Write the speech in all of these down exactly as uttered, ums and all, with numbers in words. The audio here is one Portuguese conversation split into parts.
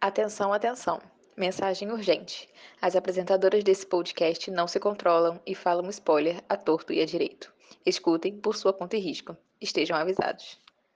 Atenção, atenção. Mensagem urgente. As apresentadoras desse podcast não se controlam e falam spoiler à torto e à direito. Escutem por sua conta e risco. Estejam avisados.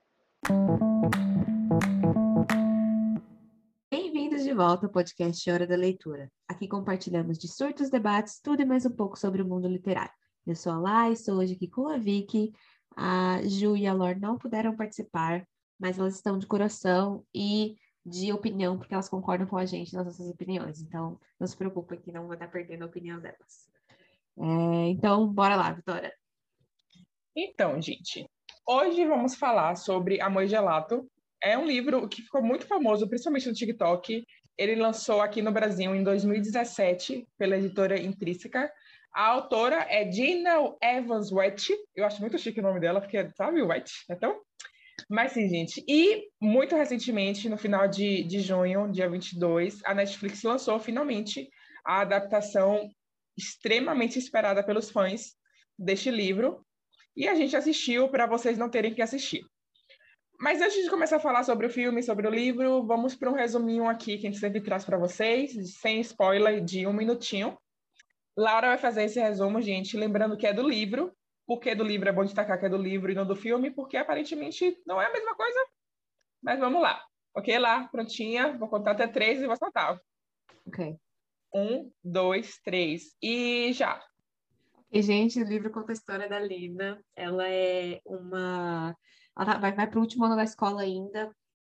Bem-vindos de volta ao podcast Hora da Leitura. Aqui compartilhamos de surtos, debates, tudo e mais um pouco sobre o mundo literário. Eu sou a Lai, estou hoje aqui com a Vicky. A Ju e a Lor não puderam participar, mas elas estão de coração e de opinião, porque elas concordam com a gente nas nossas opiniões. Então, não se preocupem que não vou estar perdendo a opinião delas. É, então, bora lá, Vitória. Então, gente, hoje vamos falar sobre Amor Gelato. É um livro que ficou muito famoso, principalmente no TikTok. Ele lançou aqui no Brasil em dois mil e dezessete, pela editora Intrínseca. A autora é Gina Evans Wett. Eu acho muito chique o nome dela, porque, sabe, Wett? Então, mas sim, gente. E, muito recentemente, no final de, de junho, dia vinte e dois, a Netflix lançou, finalmente, a adaptação extremamente esperada pelos fãs deste livro. E a gente assistiu para vocês não terem que assistir. Mas antes de começar a falar sobre o filme, sobre o livro, vamos para um resuminho aqui que a gente sempre traz para vocês, sem spoiler, de um minutinho. Laura vai fazer esse resumo, gente, lembrando que é do livro. Por que do livro é bom destacar que é do livro e não do filme? Porque aparentemente não é a mesma coisa. Mas vamos lá. Ok, lá, prontinha. Vou contar até três e vou soltar. Ok. Um, dois, três. E já. E, gente, o livro conta a história da Lina. Ela é uma... Ela tá- vai, vai para o último ano da escola ainda.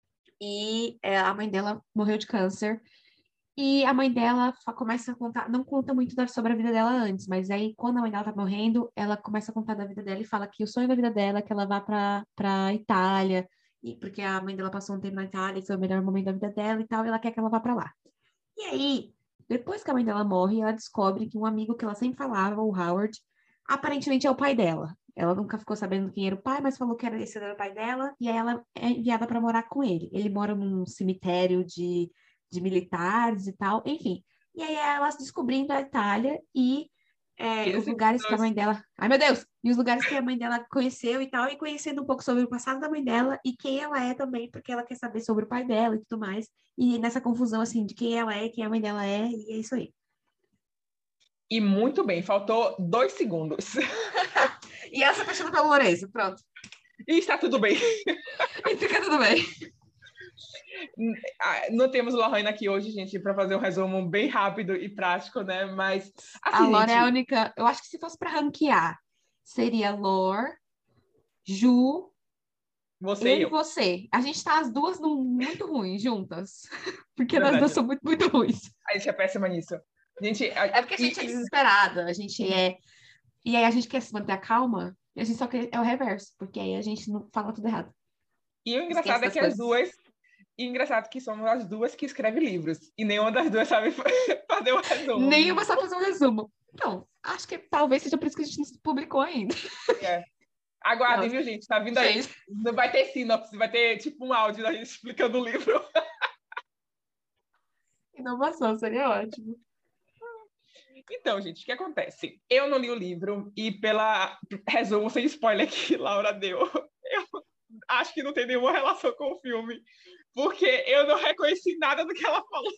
E é, a mãe dela morreu de câncer. E a mãe dela fa- começa a contar... Não conta muito da- sobre a vida dela antes, mas aí, quando a mãe dela tá morrendo, ela começa a contar da vida dela e fala que o sonho da vida dela é que ela vá para para Itália. E, porque a mãe dela passou um tempo na Itália e foi o melhor momento da vida dela e tal. E ela quer que ela vá para lá. E aí, depois que a mãe dela morre, ela descobre que um amigo que ela sempre falava, o Howard, aparentemente é o pai dela. Ela nunca ficou sabendo quem era o pai, mas falou que era esse era o pai dela, e aí ela é enviada para morar com ele. Ele mora num cemitério de, de militares e tal, enfim. E aí ela descobrindo a Itália e é, os quinze lugares que a segundos. mãe dela. Ai, meu Deus! E os lugares que a mãe dela conheceu e tal, e conhecendo um pouco sobre o passado da mãe dela e quem ela é também, porque ela quer saber sobre o pai dela e tudo mais. E nessa confusão, assim, de quem ela é, quem a mãe dela é, e é isso aí. E muito bem, faltou dois segundos. E ela se apaixona pelo Lourenço, pronto. E está tudo bem. E fica tudo bem. Não temos Lohane aqui hoje, gente, para fazer um resumo bem rápido e prático, né? Mas, A assim, Lore é a gente, única. Eu acho que se fosse pra ranquear, seria Lore, Ju, você eu e e eu. você. A gente tá as duas no muito ruins juntas. Porque nós duas Verdade. somos muito, muito ruins. A gente é péssima nisso. Gente, a- É porque a gente é e, desesperada, a gente é. E aí a gente quer se manter a calma, e a gente só quer. É o reverso, porque aí a gente não fala tudo errado. e o Esquece engraçado é das que as coisas. duas. E engraçado que somos as duas que escrevem livros. E nenhuma das duas sabe fazer um resumo. Nenhuma sabe fazer um resumo. Então, acho que talvez seja por isso que a gente não se publicou ainda. É. Aguardem, Elas, viu, gente? Tá vindo aí. gente, Não vai ter sinopse, vai ter tipo um áudio da gente explicando o livro. inovação seria ótimo. Então, gente, o que acontece? Eu não li o livro e pela resumo sem spoiler que Laura deu, eu acho que não tem nenhuma relação com o filme, porque eu não reconheci nada do que ela falou.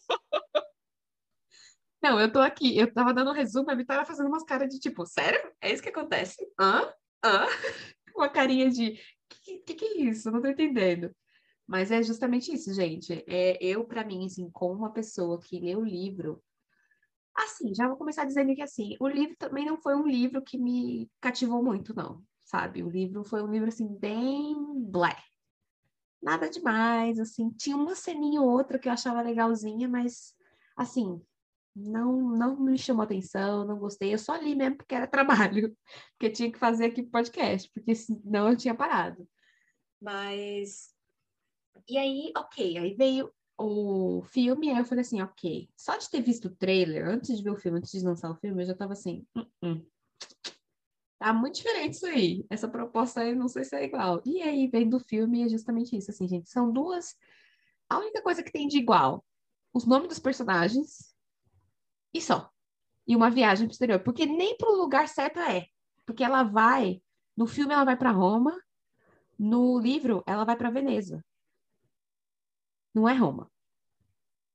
Não, eu tô aqui, eu tava dando um resumo, a Vitória fazendo umas caras de tipo, sério? É isso que acontece? Hã? Hã? Uma carinha de, que, que que é isso? Eu não tô entendendo. Mas é justamente isso, gente. É, eu, pra mim, assim, como uma pessoa que lê o livro, assim, já vou começar dizendo que, assim, o livro também não foi um livro que me cativou muito, não, sabe? O livro foi um livro, assim, bem blé. Nada demais, assim, tinha uma ceninha ou outra que eu achava legalzinha, mas, assim, não, não me chamou atenção, não gostei. Eu só li mesmo porque era trabalho, porque tinha que fazer aqui podcast, porque senão eu tinha parado. Mas. E aí, ok, aí veio o filme, aí eu falei assim, ok. Só de ter visto o trailer, antes de ver o filme, antes de lançar o filme, eu já tava assim, "Uh-uh. Tá muito diferente isso aí. Essa proposta aí, não sei se é igual." E aí, vendo o filme, é justamente isso, assim, gente. São duas. A única coisa que tem de igual, os nomes dos personagens e só. E uma viagem pro exterior, porque nem pro lugar certo é. Porque ela vai, no filme ela vai para Roma, no livro ela vai para Veneza. Não é Roma.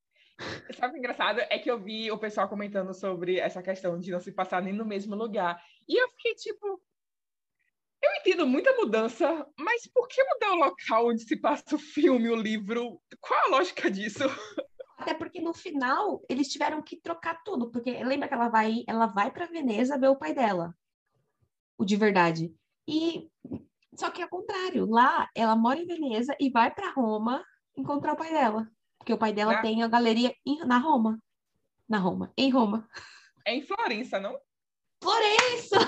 Sabe o que é engraçado? É que eu vi o pessoal comentando sobre essa questão de não se passar nem no mesmo lugar. E eu fiquei tipo, eu entendo muita mudança, mas por que mudar o local onde se passa o filme, o livro? Qual a lógica disso? Até porque no final eles tiveram que trocar tudo, porque lembra que ela vai, ela vai para Veneza ver o pai dela, o de verdade. E só que é o contrário, lá ela mora em Veneza e vai para Roma encontrar o pai dela, porque o pai dela Na... tem a galeria em- na Roma, na Roma, em Roma. É em Florença, não? Florença!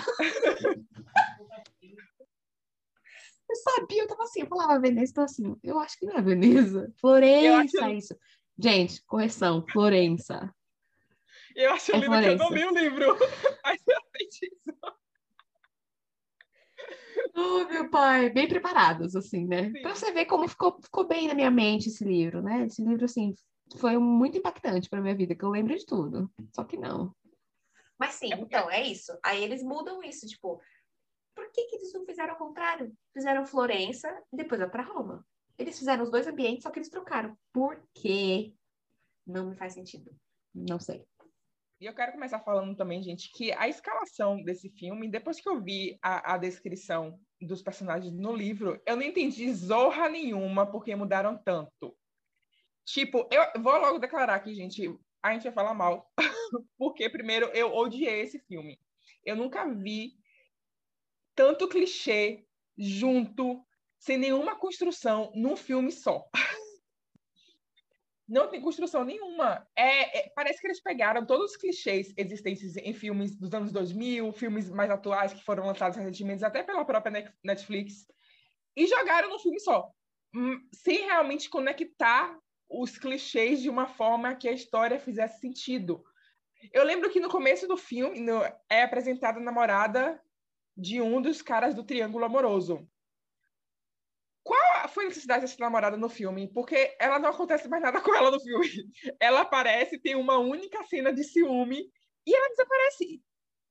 Eu sabia, eu tava assim, eu falava Veneza, então assim, eu acho que não é Veneza. Eu Florença, acho, isso. Gente, correção, Florença. eu acho É lindo que eu não Florença. li o livro, mas eu sei disso. Oh, meu pai, bem preparados, assim, né? Pra Sim. você ver como ficou, ficou bem na minha mente esse livro, né? Esse livro, assim, foi muito impactante pra minha vida, que eu lembro de tudo. Só que não. Mas sim, É porque então, é isso. Aí eles mudam isso, tipo, por que que eles não fizeram ao contrário? Fizeram Florença e depois vai pra Roma. Eles fizeram os dois ambientes, só que eles trocaram. Por quê? Não me faz sentido. Não sei. E eu quero começar falando também, gente, que a escalação desse filme, depois que eu vi a, a descrição dos personagens no livro, eu não entendi zorra nenhuma porque mudaram tanto. Tipo, eu vou logo declarar aqui, gente, a gente vai falar mal, porque primeiro eu odiei esse filme. Eu nunca vi tanto clichê junto, sem nenhuma construção, num filme só. Não tem construção nenhuma. É, é, parece que eles pegaram todos os clichês existentes em filmes dos anos dois mil, filmes mais atuais que foram lançados recentemente, até pela própria Netflix, e jogaram num filme só, hum, sem realmente conectar os clichês de uma forma que a história fizesse sentido. Eu lembro que no começo do filme no, é apresentada a namorada de um dos caras do Triângulo Amoroso. Qual foi a necessidade dessa namorada no filme? Porque ela não acontece mais nada com ela no filme. Ela aparece, tem uma única cena de ciúme e ela desaparece.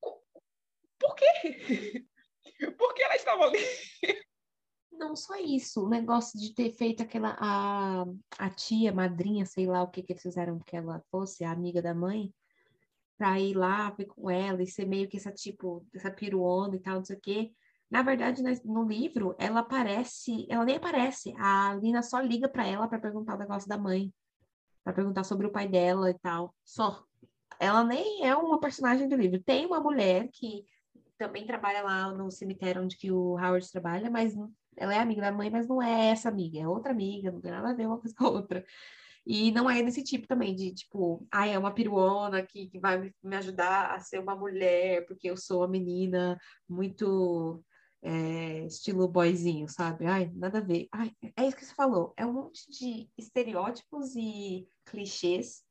Por quê? Por que ela estava ali? Não só isso, o negócio de ter feito aquela, a, a tia, madrinha, sei lá o que que eles fizeram que ela fosse, a amiga da mãe, pra ir lá ver com ela e ser meio que essa tipo, essa piruona e tal, não sei o quê. Na verdade, no no livro, ela aparece, ela nem aparece, a Lina só liga pra ela pra perguntar o negócio da mãe, pra perguntar sobre o pai dela e tal. Só. Ela nem é uma personagem do livro. Tem uma mulher que também trabalha lá no cemitério onde que o Howard trabalha, mas não- ela é amiga da mãe, mas não é essa amiga, é outra amiga, não tem nada a ver uma coisa com a outra. E não é desse tipo também, de tipo, ah, é uma piruona que, que vai me me ajudar a ser uma mulher, porque eu sou uma menina muito é, estilo boyzinho, sabe? Ai, nada a ver. Ai, é isso que você falou, é um monte de estereótipos e clichês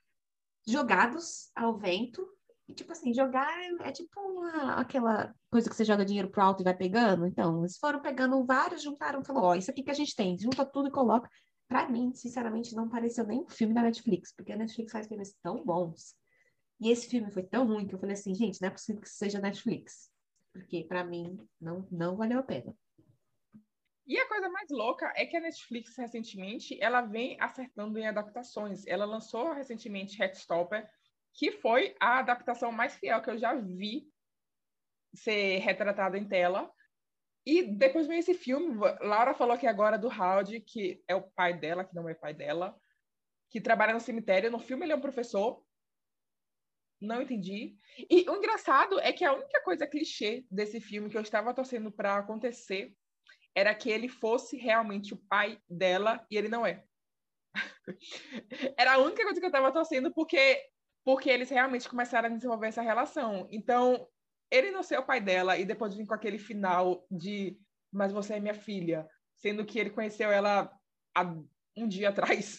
jogados ao vento. E, tipo assim, jogar é, é tipo uma, aquela coisa que você joga dinheiro pro alto e vai pegando. Então, eles foram pegando vários, juntaram, falou, ó, isso aqui que a gente tem, junta tudo e coloca. Pra mim, sinceramente, não pareceu nem um filme da Netflix, porque a Netflix faz filmes tão bons. E esse filme foi tão ruim que eu falei assim, gente, não é possível que isso seja Netflix. Porque, pra mim, não, não valeu a pena. E a coisa mais louca é que a Netflix, recentemente, ela vem acertando em adaptações. Ela lançou recentemente Heartstopper, que foi a adaptação mais fiel que eu já vi ser retratada em tela. E depois veio esse filme, Laura falou que agora do Howard, que é o pai dela, que não é pai dela, que trabalha no cemitério. No filme ele é um professor. Não entendi. E o engraçado é que a única coisa clichê desse filme que eu estava torcendo para acontecer era que ele fosse realmente o pai dela e ele não é. Era a única coisa que eu estava torcendo porque porque eles realmente começaram a desenvolver essa relação. Então, ele não ser o pai dela e depois vir com aquele final de mas você é minha filha, sendo que ele conheceu ela há um dia atrás.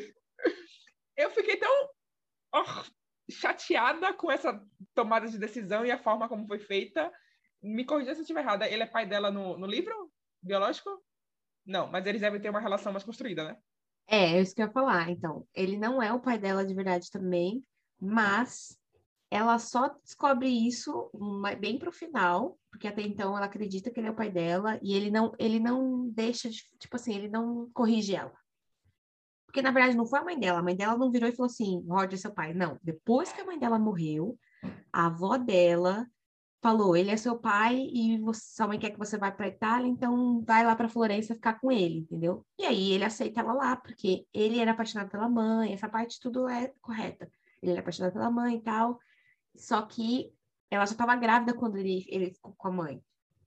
Eu fiquei tão oh, chateada com essa tomada de decisão e a forma como foi feita. Me corrija se eu estiver errada. Ele é pai dela no, no livro biológico? Não, mas eles devem ter uma relação mais construída, né? É, é isso que eu ia falar. Então, ele não é o pai dela de verdade também, mas ela só descobre isso ma- bem pro final, porque até então ela acredita que ele é o pai dela e ele não, ele não deixa de, tipo assim, ele não corrige ela. Porque, na verdade, não foi a mãe dela. A mãe dela não virou e falou assim, Roger é seu pai. Não. Depois que a mãe dela morreu, a avó dela falou, ele é seu pai e você, sua mãe quer que você vá para Itália, então vai lá para Florença ficar com ele, entendeu? E aí ele aceita ela lá, porque ele era apaixonado pela mãe, essa parte tudo é correta. Ele era apaixonado pela mãe e tal, só que ela já estava grávida quando ele, ele ficou com a mãe.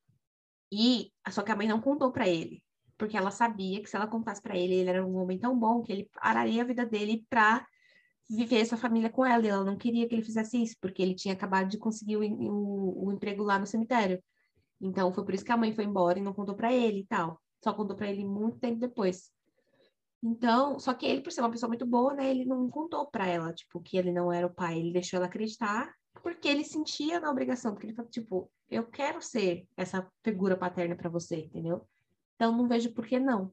E só que a mãe não contou para ele, porque ela sabia que se ela contasse para ele, ele era um homem tão bom que ele pararia a vida dele para viver essa família com ela. E ela não queria que ele fizesse isso, porque ele tinha acabado de conseguir o, o, o emprego lá no cemitério. Então foi por isso que a mãe foi embora e não contou para ele e tal. Só contou para ele muito tempo depois. Então, só que ele, por ser uma pessoa muito boa, né, ele não contou para ela, tipo, que ele não era o pai. Ele deixou ela acreditar, porque ele sentia na obrigação, porque ele falou, tipo, eu quero ser essa figura paterna para você, entendeu? Então não vejo por que não.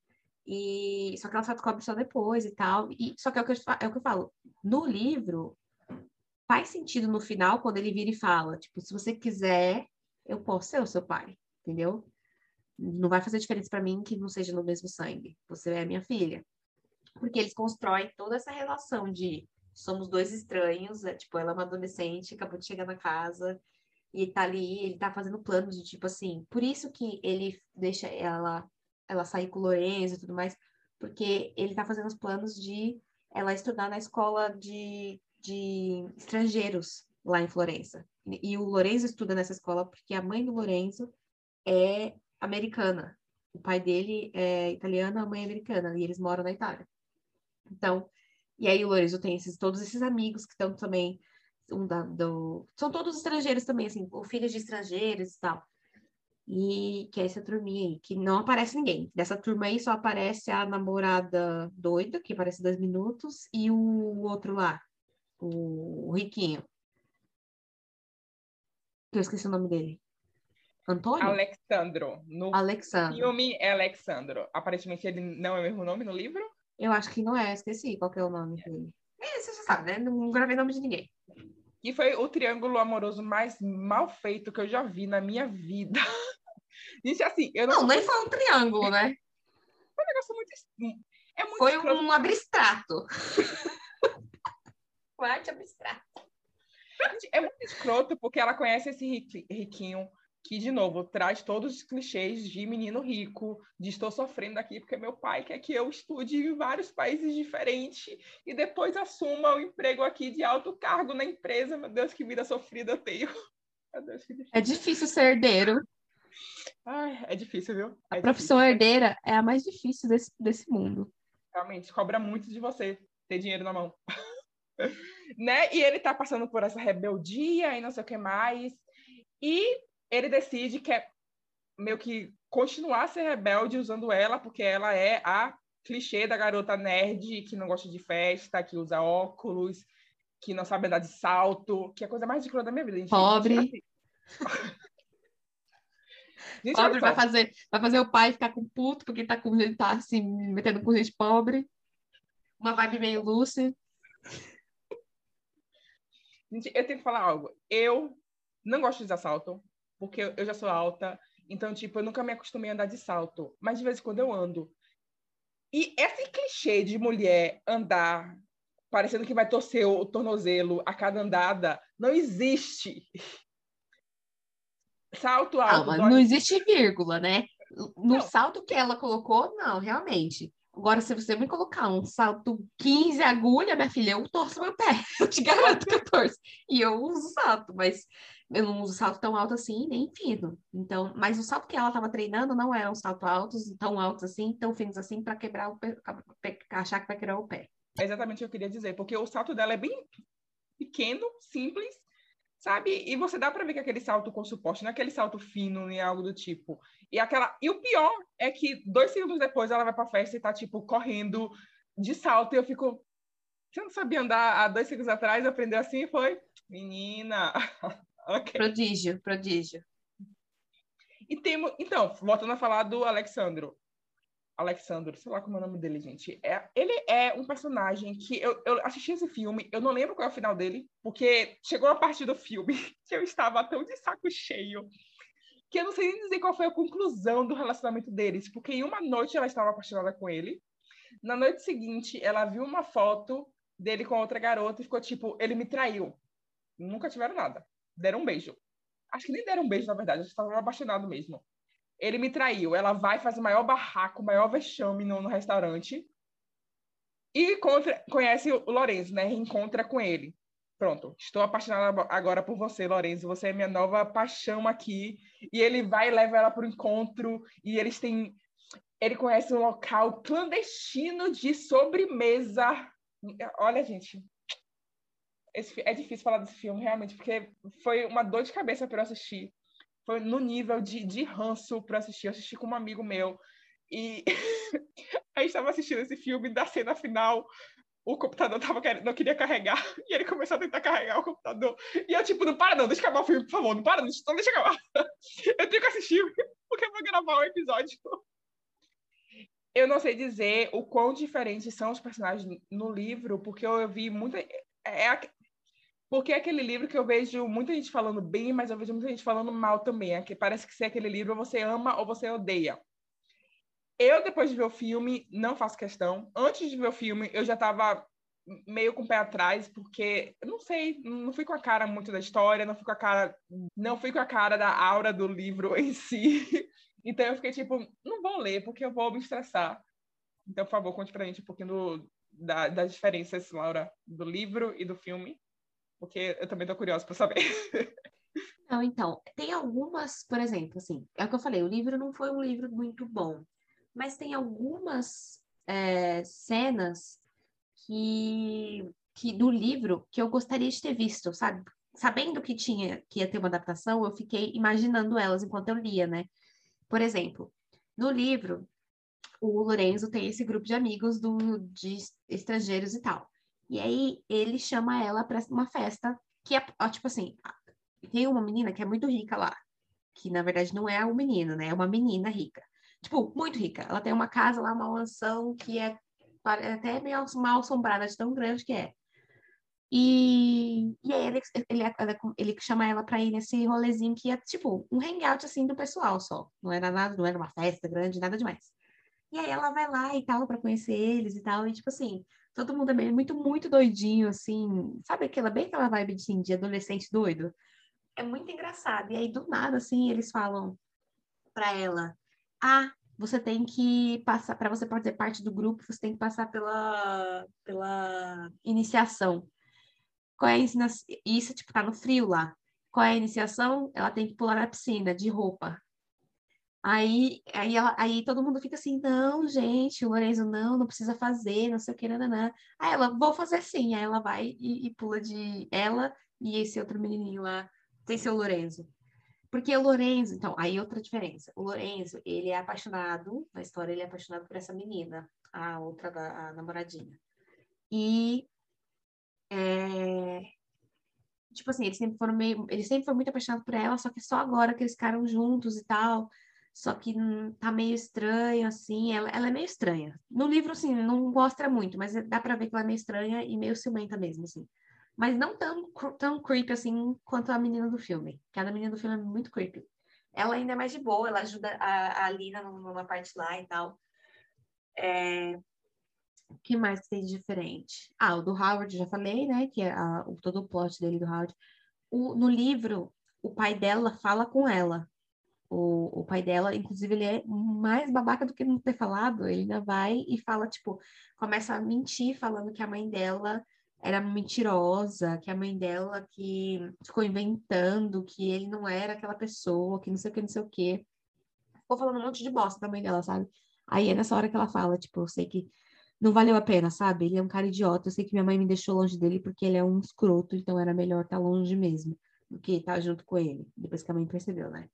E só que ela só descobre só depois e tal. E só que é o que eu, é o que eu falo. No livro, faz sentido no final, quando ele vira e fala, tipo, se você quiser, eu posso ser o seu pai, entendeu? Não vai fazer diferença para mim que não seja no mesmo sangue. Você é minha filha. Porque eles constroem toda essa relação de somos dois estranhos, é, tipo, ela é uma adolescente, acabou de chegar na casa e tá ali, ele tá fazendo planos de tipo assim, por isso que ele deixa ela ela sair com o Lorenzo e tudo mais, porque ele tá fazendo os planos de ela estudar na escola de, de estrangeiros lá em Florença. E o Lorenzo estuda nessa escola porque a mãe do Lorenzo é americana. O pai dele é italiano, a mãe é americana, e eles moram na Itália. Então, e aí o Lorenzo tem esses, todos esses amigos que estão também, um da, do, são todos estrangeiros também, assim, ou filhos de estrangeiros e tal. E que é essa turminha aí, que não aparece ninguém. Dessa turma aí só aparece a namorada doida, que aparece dois minutos, e o outro lá, o, o riquinho. Que eu esqueci o nome dele. Antônio? Alexandro. No Alexandro. filme é Alexandro. Aparentemente ele não é o mesmo nome no livro. Eu acho que não é, esqueci qual que é o nome dele. É, você já sabe, né? Não gravei nome de ninguém. Que foi o triângulo amoroso mais mal feito que eu já vi na minha vida. Gente, assim, eu não... Não, nem foi um triângulo, né? Foi um negócio muito... É muito Foi escroto. um abstrato. Foi arte abstrata. Gente, é muito escroto porque ela conhece esse riqui- riquinho que, de novo, traz todos os clichês de menino rico, de estou sofrendo aqui porque meu pai quer que eu estude em vários países diferentes e depois assuma o emprego aqui de alto cargo na empresa. Meu Deus, que vida sofrida eu tenho. Meu Deus, que difícil. É difícil ser herdeiro. Ai, é difícil, viu? A É profissão difícil. herdeira é a mais difícil desse, desse mundo. Realmente, cobra muito de você ter dinheiro na mão. Né? E ele tá passando por essa rebeldia e não sei o que mais. E ele decide que é meio que continuar a ser rebelde usando ela, porque ela é a clichê da garota nerd que não gosta de festa, que usa óculos, que não sabe andar de salto, que é a coisa mais ridícula da minha vida. Gente, Pobre. Gente, assim, gente, Pobre olha vai só. fazer, vai fazer o pai ficar com puto porque tá, com, tá se metendo com gente pobre. Uma vibe meio Lucy. Gente, eu tenho que falar algo. Eu não gosto de usar salto, porque eu já sou alta. Então, tipo, eu nunca me acostumei a andar de salto. Mas de vez em quando eu ando. E esse clichê de mulher andar parecendo que vai torcer o tornozelo a cada andada não existe. Salto alto, Calma, não dói. existe vírgula, né? No Não, salto que ela colocou, não, realmente. Agora, se você me colocar um salto quinze agulha, minha filha, eu torço meu pé. Eu te garanto que eu torço. E eu uso salto, mas eu não uso salto tão alto assim, nem fino. Então, mas o salto que ela estava treinando não eram saltos altos, tão altos assim, tão finos assim, para quebrar o pé, achar que vai quebrar o pé. é exatamente o que eu queria dizer, porque o salto dela é bem pequeno, simples, sabe? E você dá para ver que aquele salto com suporte, não é aquele salto fino, nem algo do tipo. E, aquela... e o pior é que dois segundos depois ela vai pra festa e tá, tipo, correndo de salto. E eu fico... Você não sabia andar há dois segundos atrás? Aprendeu assim e foi... Menina... ok. Prodígio, prodígio. E temos... Então, voltando a falar do Alexandro. Alexandro, sei lá como é o nome dele, gente. É, ele é um personagem que eu, eu assisti esse filme, eu não lembro qual é o final dele, porque chegou a parte do filme que eu estava tão de saco cheio que eu não sei nem dizer qual foi a conclusão do relacionamento deles, porque em uma noite ela estava apaixonada com ele, Na noite seguinte, ela viu uma foto dele com outra garota e ficou tipo, ele me traiu. Nunca tiveram nada. Deram um beijo. Acho que nem deram um beijo, na verdade. Eles estavam apaixonados mesmo. Ele me traiu. Ela vai fazer o maior barraco, o maior vexame no, no restaurante. E encontra, conhece o Lorenzo, né? Reencontra com ele. Pronto. Estou apaixonada agora por você, Lorenzo. Você é minha nova paixão aqui. E ele vai e leva ela para o encontro. E eles têm... Ele conhece um local clandestino de sobremesa. Olha, gente... Esse, é difícil falar desse filme, realmente, porque foi uma dor de cabeça para eu assistir. Foi no nível de, de ranço para assistir. Eu assisti com um amigo meu. E a gente estava assistindo esse filme, da cena final, o computador tava querendo, não queria carregar, e ele começou a tentar carregar o computador. E eu, tipo, não para não, deixa acabar o filme, por favor, não para não, não deixa acabar. Eu tenho que assistir, porque eu vou gravar o episódio. Eu não sei dizer o quão diferentes são os personagens no livro, porque eu vi muita... É, porque é aquele livro que eu vejo muita gente falando bem, mas eu vejo muita gente falando mal também. É que parece que se é aquele livro você ama ou você odeia. Eu, depois de ver o filme, não faço questão. Antes de ver o filme, eu já estava meio com o pé atrás, porque, eu não sei, não fui com a cara muito da história, não fui com a cara, não fui com a cara da aura do livro em si. Então eu fiquei tipo, não vou ler, porque eu vou me estressar. Então, por favor, conte pra gente um pouquinho do, da, das diferenças, Laura, do livro e do filme. Porque eu também tô curiosa para saber. Não, então, tem algumas, por exemplo, assim, é o que eu falei, o livro não foi um livro muito bom, mas tem algumas é, cenas que, que do livro que eu gostaria de ter visto, sabe? Sabendo que tinha, que ia ter uma adaptação, eu fiquei imaginando elas enquanto eu lia, né? Por exemplo, no livro, o Lorenzo tem esse grupo de amigos do, de estrangeiros e tal. E aí ele chama ela para uma festa que é, ó, tipo assim, tem uma menina que é muito rica lá, que na verdade não é um menino, né? É uma menina rica. Tipo, muito rica. Ela tem uma casa lá, uma mansão que é até meio mal assombrada de tão grande que é. E, e aí ele, ele, ele chama ela pra ir nesse rolezinho que é tipo um hangout assim do pessoal só. Não era nada, não era uma festa grande, nada demais. E aí ela vai lá e tal, pra conhecer eles e tal, e tipo assim, todo mundo é meio- muito, muito doidinho, assim, sabe aquela, bem aquela vibe assim, de adolescente doido? É muito engraçado. E aí, do nada, assim, eles falam pra ela, ah, você tem que passar, para você fazer parte do grupo, você tem que passar pela, pela iniciação. Qual é a iniciação? Isso, tipo, tá no frio lá. Qual é a iniciação? Ela tem que pular na piscina, de roupa. Aí, aí, ela, aí todo mundo fica assim, não, gente, o Lorenzo, não, não precisa fazer, não sei o que, nananã. Aí ela, vou fazer sim. Aí ela vai e, e pula de ela e esse outro menininho lá, sem ser o Lorenzo. Porque o Lorenzo, então, aí outra diferença. O Lorenzo, ele é apaixonado, na história, ele é apaixonado por essa menina, a outra, a namoradinha. E, é, tipo assim, eles sempre foram meio, ele sempre foi muito apaixonado por ela, só que só agora que eles ficaram juntos e tal. Só que hum, tá meio estranho, assim. Ela, ela é meio estranha. No livro, assim, não mostra muito, mas dá pra ver que ela é meio estranha e meio ciumenta mesmo, assim. Mas não tão, tão creepy, assim, quanto a menina do filme. Cada menina do filme é muito creepy. Ela ainda é mais de boa, ela ajuda a, a Lina numa parte lá e tal. O que mais que tem de diferente? Ah, o do Howard, já falei, né? Que é a, o, todo o plot dele do Howard. O, no livro, o pai dela fala com ela. O, o pai dela, inclusive, ele é mais babaca do que não ter falado. Ele ainda vai e fala, tipo, começa a mentir, falando que a mãe dela era mentirosa, que a mãe dela que ficou inventando, que ele não era aquela pessoa, que não sei o que, não sei o que. Ficou falando um monte de bosta da mãe dela, sabe? Aí é nessa hora que ela fala, tipo, eu sei que não valeu a pena, sabe? Ele é um cara idiota, eu sei que minha mãe me deixou longe dele porque ele é um escroto, então era melhor estar longe mesmo do que estar junto com ele, depois que a mãe percebeu, né?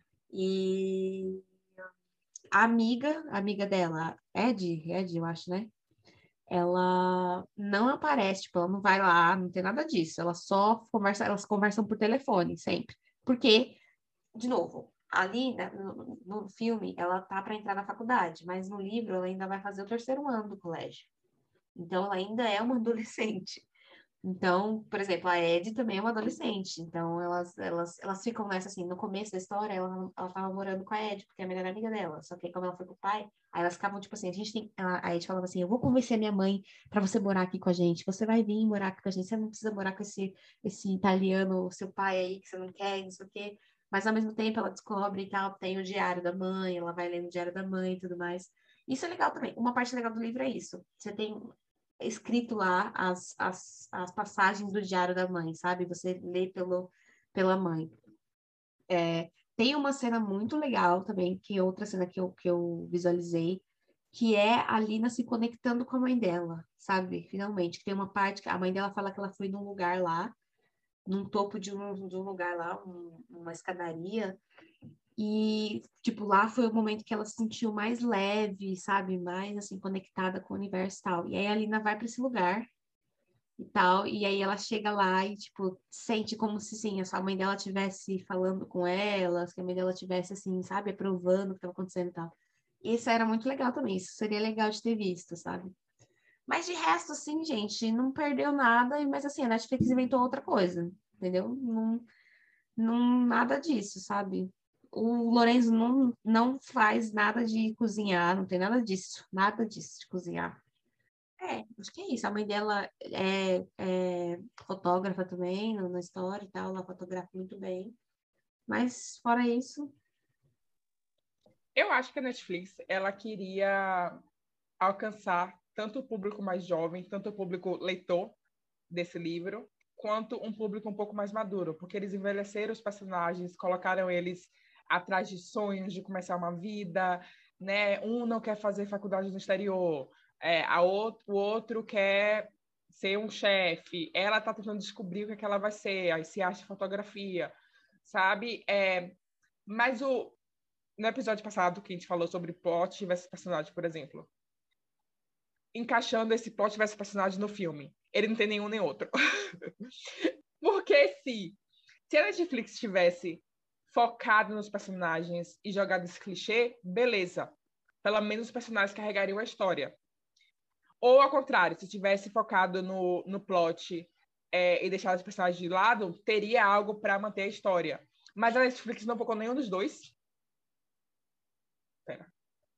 E a amiga, a amiga dela, Ed, Ed, eu acho, né? Ela não aparece, tipo, ela não vai lá, não tem nada disso. Ela só conversa, elas conversam por telefone sempre. Porque, de novo, ali né, no, no filme ela tá para entrar na faculdade, mas no livro ela ainda vai fazer o terceiro ano do colégio. Então ela ainda é uma adolescente. Então, por exemplo, a Ed também é uma adolescente. Então, elas, elas, elas ficam nessa, assim, no começo da história, ela, ela tava morando com a Ed, porque é a melhor amiga dela. Só que aí, como ela foi com o pai, aí elas ficavam, tipo assim, a gente tem... A, a Ed falava assim, eu vou convencer a minha mãe pra você morar aqui com a gente. Você vai vir morar aqui com a gente. Você não precisa morar com esse, esse italiano, seu pai aí, que você não quer, não sei o quê. Mas, ao mesmo tempo, ela descobre e tal, tem o diário da mãe, ela vai lendo o diário da mãe e tudo mais. Isso é legal também. Uma parte legal do livro é isso. Você tem escrito lá as, as, as passagens do diário da mãe, sabe? Você lê pelo, pela mãe. É, tem uma cena muito legal também, que é outra cena que eu, que eu visualizei, que é a Lina se conectando com a mãe dela, sabe? Finalmente, que tem uma parte que a mãe dela fala que ela foi num lugar lá, num topo de um, de um lugar lá, um, uma escadaria, e, tipo, lá foi o momento que ela se sentiu mais leve, sabe? Mais, assim, conectada com o universo e tal. E aí a Lina vai para esse lugar e tal, e aí ela chega lá e, tipo, sente como se, sim, a sua mãe dela estivesse falando com ela, que a mãe dela estivesse, assim, sabe? Aprovando o que estava acontecendo e tal. E isso era muito legal também, isso seria legal de ter visto, sabe? Mas de resto, assim, gente, não perdeu nada, mas, assim, a Netflix inventou outra coisa, entendeu? Não, não, nada disso, sabe? O Lorenzo não, não faz nada de cozinhar, não tem nada disso, nada disso de cozinhar. É, acho que é isso. A mãe dela é, é fotógrafa também, no- na história e tal, ela fotografa muito bem. Mas, fora isso, Eu acho que a Netflix, ela queria alcançar tanto o público mais jovem, tanto o público leitor desse livro, quanto um público um pouco mais maduro, porque eles envelheceram os personagens, colocaram eles atrás de sonhos de começar uma vida, né? Um não quer fazer faculdade no exterior, é, a outro, o outro quer ser um chefe, ela está tentando descobrir o que, é que ela vai ser, aí se acha fotografia, sabe? É, mas o, no episódio passado que a gente falou sobre plot versus personagem, por exemplo, encaixando esse plot versus personagem no filme, ele não tem nenhum nem outro. Porque se, se a Netflix tivesse focado nos personagens e jogado esse clichê, beleza. Pelo menos os personagens carregariam a história. Ou, ao contrário, se tivesse focado no, no plot é, e deixado os personagens de lado, teria algo para manter a história. Mas a Netflix não focou nenhum dos dois. Pera.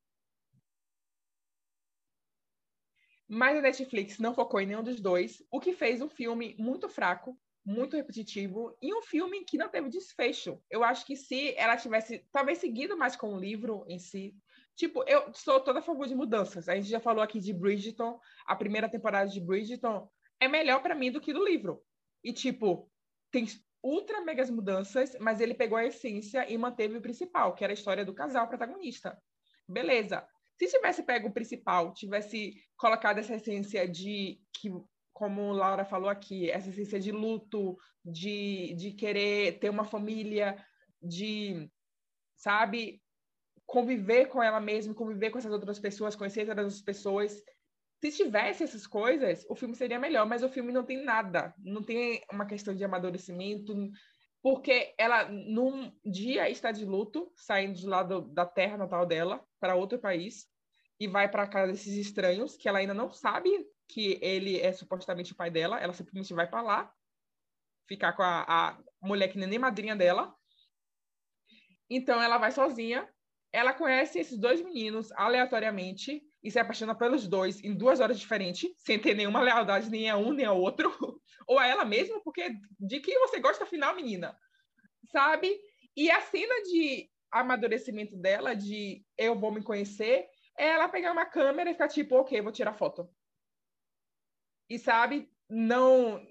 Mas a Netflix não focou em nenhum dos dois, o que fez um filme muito fraco, muito repetitivo, e um filme que não teve desfecho. Eu acho que se ela tivesse, talvez, seguido mais com o livro em si. Tipo, eu sou toda a favor de mudanças. A gente já falou aqui de Bridgerton, a primeira temporada de Bridgerton é melhor para mim do que do livro. E, tipo, tem ultra megas mudanças, mas ele pegou a essência e manteve o principal, que era a história do casal protagonista. Beleza. Se tivesse pego o principal, tivesse colocado essa essência de, que, como Laura falou aqui, essa essência de luto, de, de querer ter uma família, de, sabe, conviver com ela mesma, conviver com essas outras pessoas, conhecer essas outras pessoas. Se tivesse essas coisas, o filme seria melhor, mas o filme não tem nada. Não tem uma questão de amadurecimento, porque ela, num dia, está de luto, saindo de lá do, da terra natal dela para outro país, e vai para casa desses estranhos, que ela ainda não sabe que ele é supostamente o pai dela, ela simplesmente vai para lá, ficar com a, a mulher que nem madrinha dela. Então ela vai sozinha, ela conhece esses dois meninos aleatoriamente e se apaixona pelos dois em duas horas diferentes, sem ter nenhuma lealdade nem a um nem a outro, ou a ela mesma, porque de quem você gosta afinal, menina? Sabe? E a cena de amadurecimento dela, de eu vou me conhecer, é ela pegar uma câmera e ficar tipo, ok, vou tirar foto. E sabe, não...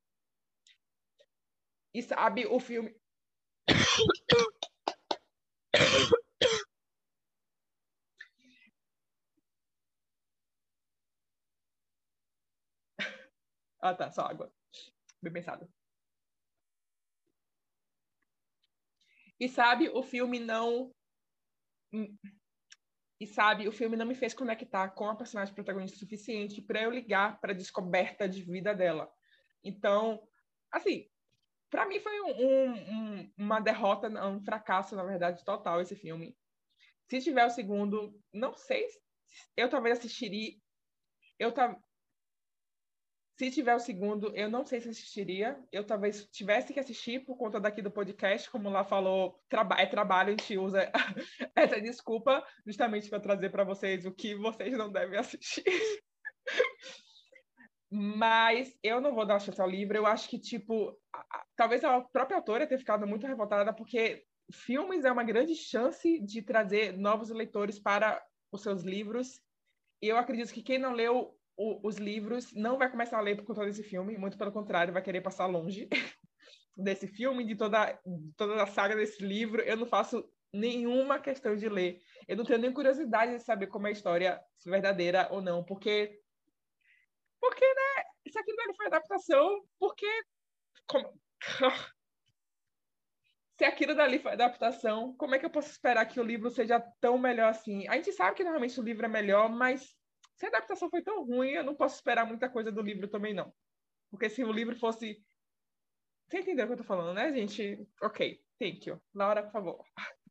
E sabe, o filme... Ah, tá, só água. Bem pensado. E sabe, o filme não... E sabe, o filme não me fez conectar com a personagem protagonista o suficiente para eu ligar para a descoberta de vida dela. Então, assim, para mim foi um, um, uma derrota, um fracasso, na verdade, total esse filme. Se tiver o segundo, não sei, eu talvez assistiria. Eu, ta... Se tiver o segundo, eu não sei se assistiria. Eu talvez tivesse que assistir por conta daqui do podcast, como lá falou, traba- é trabalho, a gente usa essa desculpa justamente para trazer para vocês o que vocês não devem assistir. Mas eu não vou dar chance ao livro. Eu acho que, tipo, a- a- talvez a própria autora tenha ficado muito revoltada, porque filmes é uma grande chance de trazer novos leitores para os seus livros. E eu acredito que quem não leu o- os livros não vai começar a ler por conta desse filme, muito pelo contrário, vai querer passar longe desse filme, de toda, de toda a saga desse livro. Eu não faço nenhuma questão de ler. Eu não tenho nem curiosidade de saber como é a história, se é verdadeira ou não, porque, porque né, isso aqui não foi adaptação, porque como- se aquilo dali foi adaptação, como é que eu posso esperar que o livro seja tão melhor assim? A gente sabe que normalmente o livro é melhor, mas se a adaptação foi tão ruim, eu não posso esperar muita coisa do livro também, não. Porque se o livro fosse... Você entendeu o que eu tô falando, né, gente? Ok, thank you. Laura, por favor.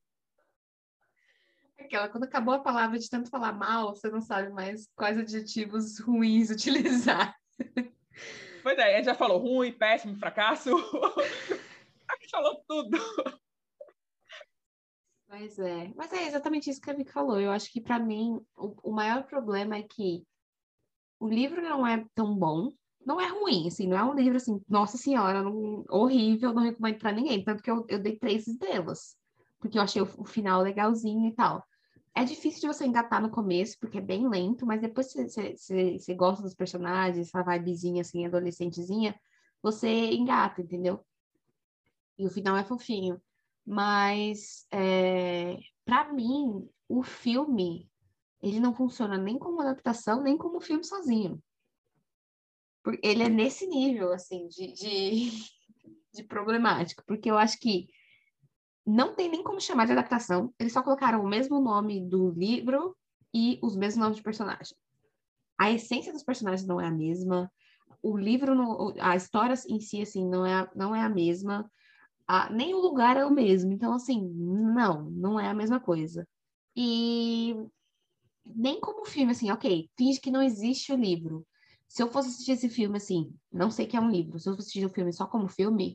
Aquela, quando acabou a palavra de tanto falar mal, você não sabe mais quais adjetivos ruins utilizar. Pois é, a gente já falou ruim, péssimo, fracasso. A gente falou tudo. Mas é, mas é exatamente isso que a Vicky falou. Eu acho que para mim o, o maior problema é que o livro não é tão bom, não é ruim, assim, não é um livro assim, nossa senhora, não- horrível, não recomendo para ninguém, tanto que eu, eu dei três estrelas, porque eu achei o, o final legalzinho e tal. É difícil de você engatar no começo, porque é bem lento, mas depois você, você, você, você gosta dos personagens, essa vibezinha assim, adolescentezinha, você engata, entendeu? E o final é fofinho. Mas, é, para mim, o filme, ele não funciona nem como adaptação, nem como filme sozinho. Porque ele é nesse nível, assim, de, de, de problemático. Porque eu acho que não tem nem como chamar de adaptação. Eles só colocaram o mesmo nome do livro e os mesmos nomes de personagem. A essência dos personagens não é a mesma. O livro, não- a história em si, assim, não é, a- não é a mesma. A- nem o lugar é o mesmo. Então, assim, não, não é a mesma coisa. E nem como filme, assim, ok, finge que não existe o livro. Se eu fosse assistir esse filme, assim, não sei que é um livro, se eu fosse assistir o filme só como filme,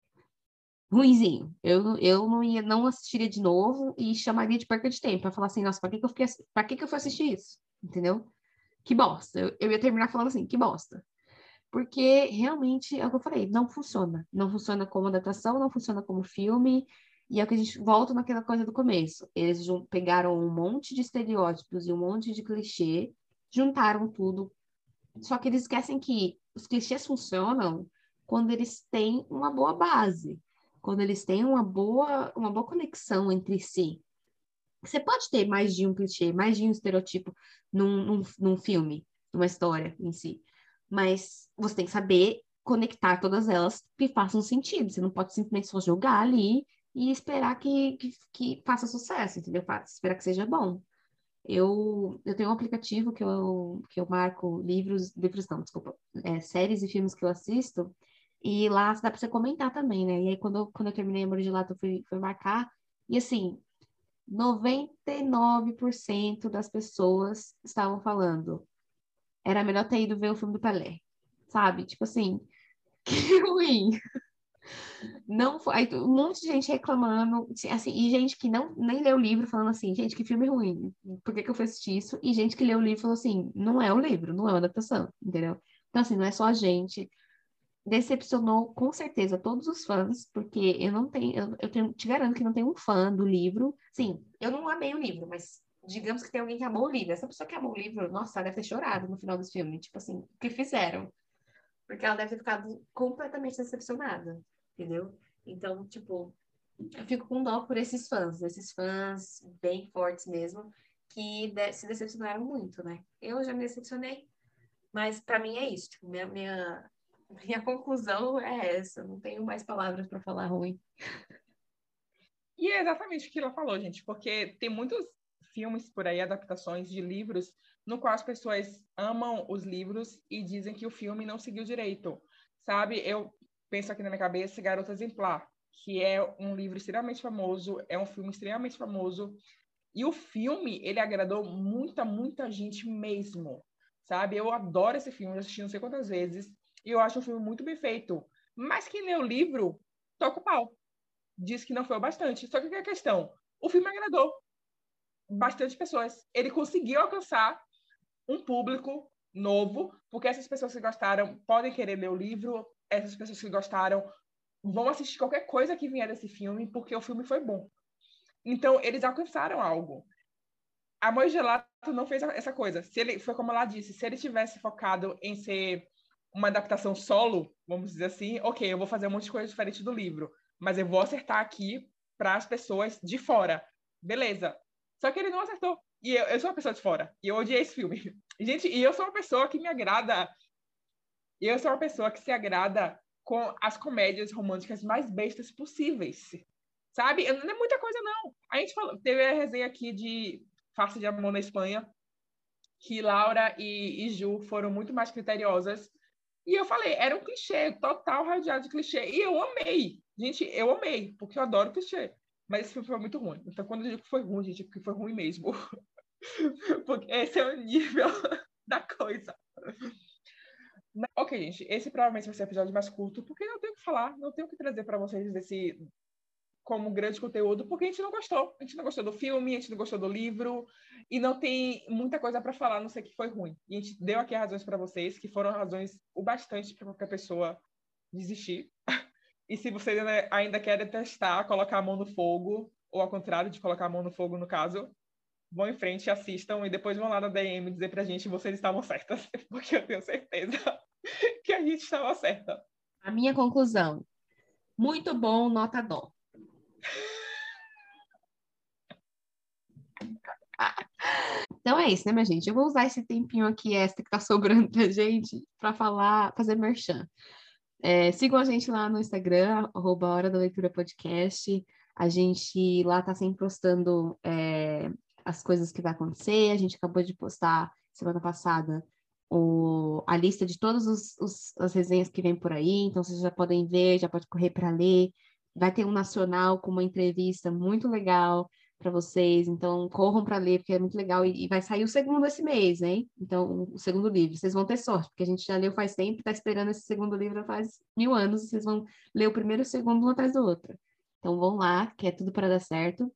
ruinzinho. Eu, eu não ia, não assistiria de novo e chamaria de perca de tempo, pra falar assim, nossa, pra que que eu fiquei, ass- pra que que eu fui assistir isso? Entendeu? Que bosta. Eu, eu ia terminar falando assim, que bosta. Porque realmente é o que eu falei, não funciona. Não funciona como adaptação, não funciona como filme. E é o que a gente volta naquela coisa do começo. Eles jun- pegaram um monte de estereótipos e um monte de clichê, juntaram tudo. Só que eles esquecem que os clichês funcionam quando eles têm uma boa base, quando eles têm uma boa, uma boa conexão entre si. Você pode ter mais de um clichê, mais de um estereotipo num, num, num filme, numa história em si. Mas você tem que saber conectar todas elas que façam sentido. Você não pode simplesmente só jogar ali e esperar que, que, que faça sucesso, entendeu? Fa- Esperar que seja bom. Eu, eu tenho um aplicativo que eu, que eu marco livros, livros não, desculpa, é, séries e filmes que eu assisto, e lá dá pra você comentar também, né? E aí, quando eu, quando eu terminei Amor de Lata, eu fui, fui marcar, e assim, noventa e nove por cento das pessoas estavam falando. Era melhor ter ido ver o filme do Pelé. Sabe? Tipo assim, que ruim. Não foi. Aí, um monte de gente reclamando, assim, e gente que não nem leu o livro falando assim, gente, que filme ruim. Por que que eu fui assistir isso? E gente que leu o livro e falou assim, não é o livro, não é uma adaptação, entendeu? Então, assim, não é só a gente. Decepcionou com certeza todos os fãs, porque eu não tenho, eu, eu tenho, te garanto que não tem um fã do livro. Sim, eu não amei o livro, mas digamos que tem alguém que amou o livro. Essa pessoa que amou o livro, nossa, ela deve ter chorado no final do filme. Tipo assim, o que fizeram? Porque ela deve ter ficado completamente decepcionada, entendeu? Então, tipo, eu fico com dó por esses fãs, esses fãs bem fortes mesmo, que de- se decepcionaram muito, né? Eu já me decepcionei, mas pra mim é isso. Tipo, minha, minha, minha conclusão é essa. Não tenho mais palavras pra falar ruim. E é exatamente o que ela falou, gente, porque tem muitos filmes por aí, adaptações de livros, no qual as pessoas amam os livros e dizem que o filme não seguiu direito, sabe? Eu penso aqui na minha cabeça Garota Exemplar, que é um livro extremamente famoso, é um filme extremamente famoso, e o filme, ele agradou muita, muita gente mesmo, sabe? Eu adoro esse filme, já assisti não sei quantas vezes, e eu acho um filme muito bem feito. Mas quem lê o livro, toca o pau. Diz que não foi o bastante. Só que que é a questão? O filme agradou bastante pessoas. Ele conseguiu alcançar um público novo, porque essas pessoas que gostaram podem querer ler o livro, essas pessoas que gostaram vão assistir qualquer coisa que vier desse filme, porque o filme foi bom. Então, eles alcançaram algo. Amor Gelato não fez essa coisa. Se ele, foi como ela disse, se ele tivesse focado em ser uma adaptação solo, vamos dizer assim, ok, eu vou fazer um monte de coisa diferente do livro, mas eu vou acertar aqui para as pessoas de fora. Beleza. Só que ele não acertou. E eu, eu sou uma pessoa de fora. E eu odiei esse filme. Gente, e eu sou uma pessoa que me agrada... E eu sou uma pessoa que se agrada com as comédias românticas mais bestas possíveis. Sabe? Não é muita coisa, não. A gente falou, teve a resenha aqui de Farsa de Amor na Espanha, que Laura e, e Ju foram muito mais criteriosas. E eu falei, era um clichê, total rodeado de clichê. E eu amei. Gente, eu amei, porque eu adoro clichê. Mas esse filme foi muito ruim. Então, quando eu digo que foi ruim, gente, é porque foi ruim mesmo. Porque esse é o nível da coisa. Ok, gente, esse provavelmente vai ser o episódio mais curto, porque não tenho o que falar, não tenho o que trazer para vocês desse como grande conteúdo, porque a gente não gostou. A gente não gostou do filme, a gente não gostou do livro, e não tem muita coisa para falar, a não sei que foi ruim. E a gente deu aqui as razões para vocês, que foram razões o bastante para qualquer pessoa desistir. E se vocês ainda, ainda querem testar, colocar a mão no fogo, ou ao contrário de colocar a mão no fogo, no caso, vão em frente, assistam, e depois vão lá na D M dizer pra gente que vocês estavam certas, porque eu tenho certeza que a gente estava certa. A minha conclusão, muito bom, nota dó. Então é isso, né, minha gente? Eu vou usar esse tempinho aqui extra que tá sobrando pra gente para falar, fazer merchan. É, sigam a gente lá no Instagram, arroba Hora da Leitura Podcast. A gente lá tá sempre postando é, as coisas que vai acontecer. A gente acabou de postar semana passada o, a lista de todas os, os, as resenhas que vem por aí. Então vocês já podem ver, já pode correr para ler. Vai ter um nacional com uma entrevista muito legal para vocês, então corram para ler, porque é muito legal, e, e vai sair o segundo esse mês, né? Então, o segundo livro, vocês vão ter sorte, porque a gente já leu faz tempo, está esperando esse segundo livro faz mil anos, vocês vão ler o primeiro e o segundo um atrás do outro. Então, vão lá, que é tudo para dar certo.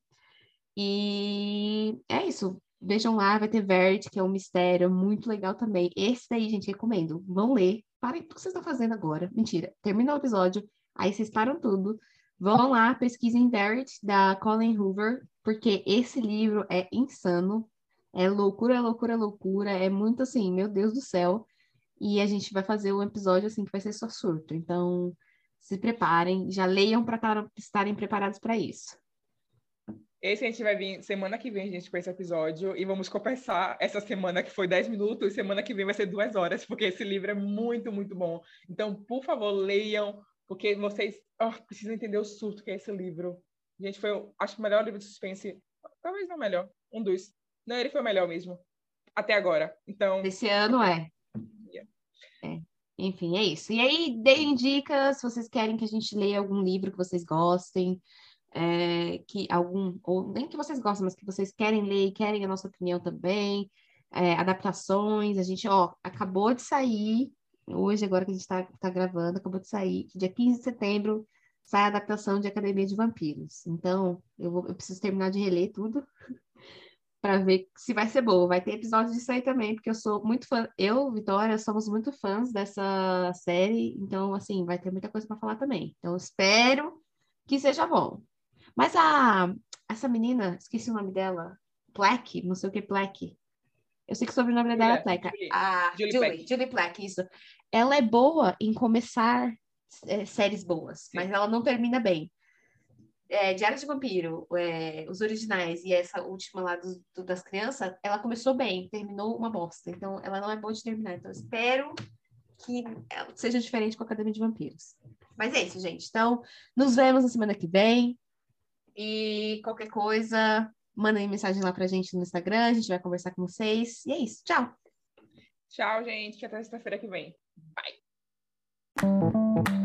E é isso, vejam lá, vai ter Verde, que é um mistério muito legal também. Esse daí, gente, recomendo, vão ler, parem o que vocês estão fazendo agora, mentira, termina o episódio, aí vocês param tudo, vão lá, pesquisem Verity, da Colleen Hoover, porque esse livro é insano, é loucura, loucura, loucura, é muito assim, meu Deus do céu, e a gente vai fazer um episódio assim que vai ser só surto, então se preparem, já leiam para estarem preparados para isso. Esse a gente vai vir semana que vem, gente, com esse episódio, e vamos compensar essa semana que foi dez minutos, e semana que vem vai ser duas horas, porque esse livro é muito, muito bom. Então, por favor, leiam, porque vocês oh, precisam entender o surto que é esse livro. Gente, foi, acho que o melhor livro de suspense, talvez não o melhor, um dos. Não, ele foi o melhor mesmo, até agora. Então... Esse ano é. Yeah. É. Enfim, é isso. E aí, deem dicas, se vocês querem que a gente leia algum livro que vocês gostem, é, que algum, ou nem que vocês gostem, mas que vocês querem ler e querem a nossa opinião também, é, adaptações, a gente, ó, acabou de sair, hoje, agora que a gente tá, tá gravando, acabou de sair, dia quinze de setembro, sai a adaptação de Academia de Vampiros. Então, eu, vou, eu preciso terminar de reler tudo, para ver se vai ser boa. Vai ter episódio disso aí também, porque eu sou muito fã. Eu, Vitória, somos muito fãs dessa série, então, assim, vai ter muita coisa para falar também. Então, espero que seja bom. Mas a essa menina, esqueci o nome dela, Plack, não sei o que Plack. Eu sei que o sobrenome dela é Plack. Julie, A Julie Julie, Plack. Julie Plack, isso. Ela é boa em começar é, séries boas, Sim. mas ela não termina bem. É, Diário de Vampiro, é, os originais e essa última lá do, do- das crianças, ela começou bem, terminou uma bosta. Então, ela não é boa de terminar. Então, eu espero que ela seja diferente com a Academia de Vampiros. Mas é isso, gente. Então, nos vemos na semana que vem. E qualquer coisa, mandem mensagem lá pra gente no Instagram. A gente vai conversar com vocês. E é isso. Tchau! Tchau, gente. Até sexta-feira que vem. Bye.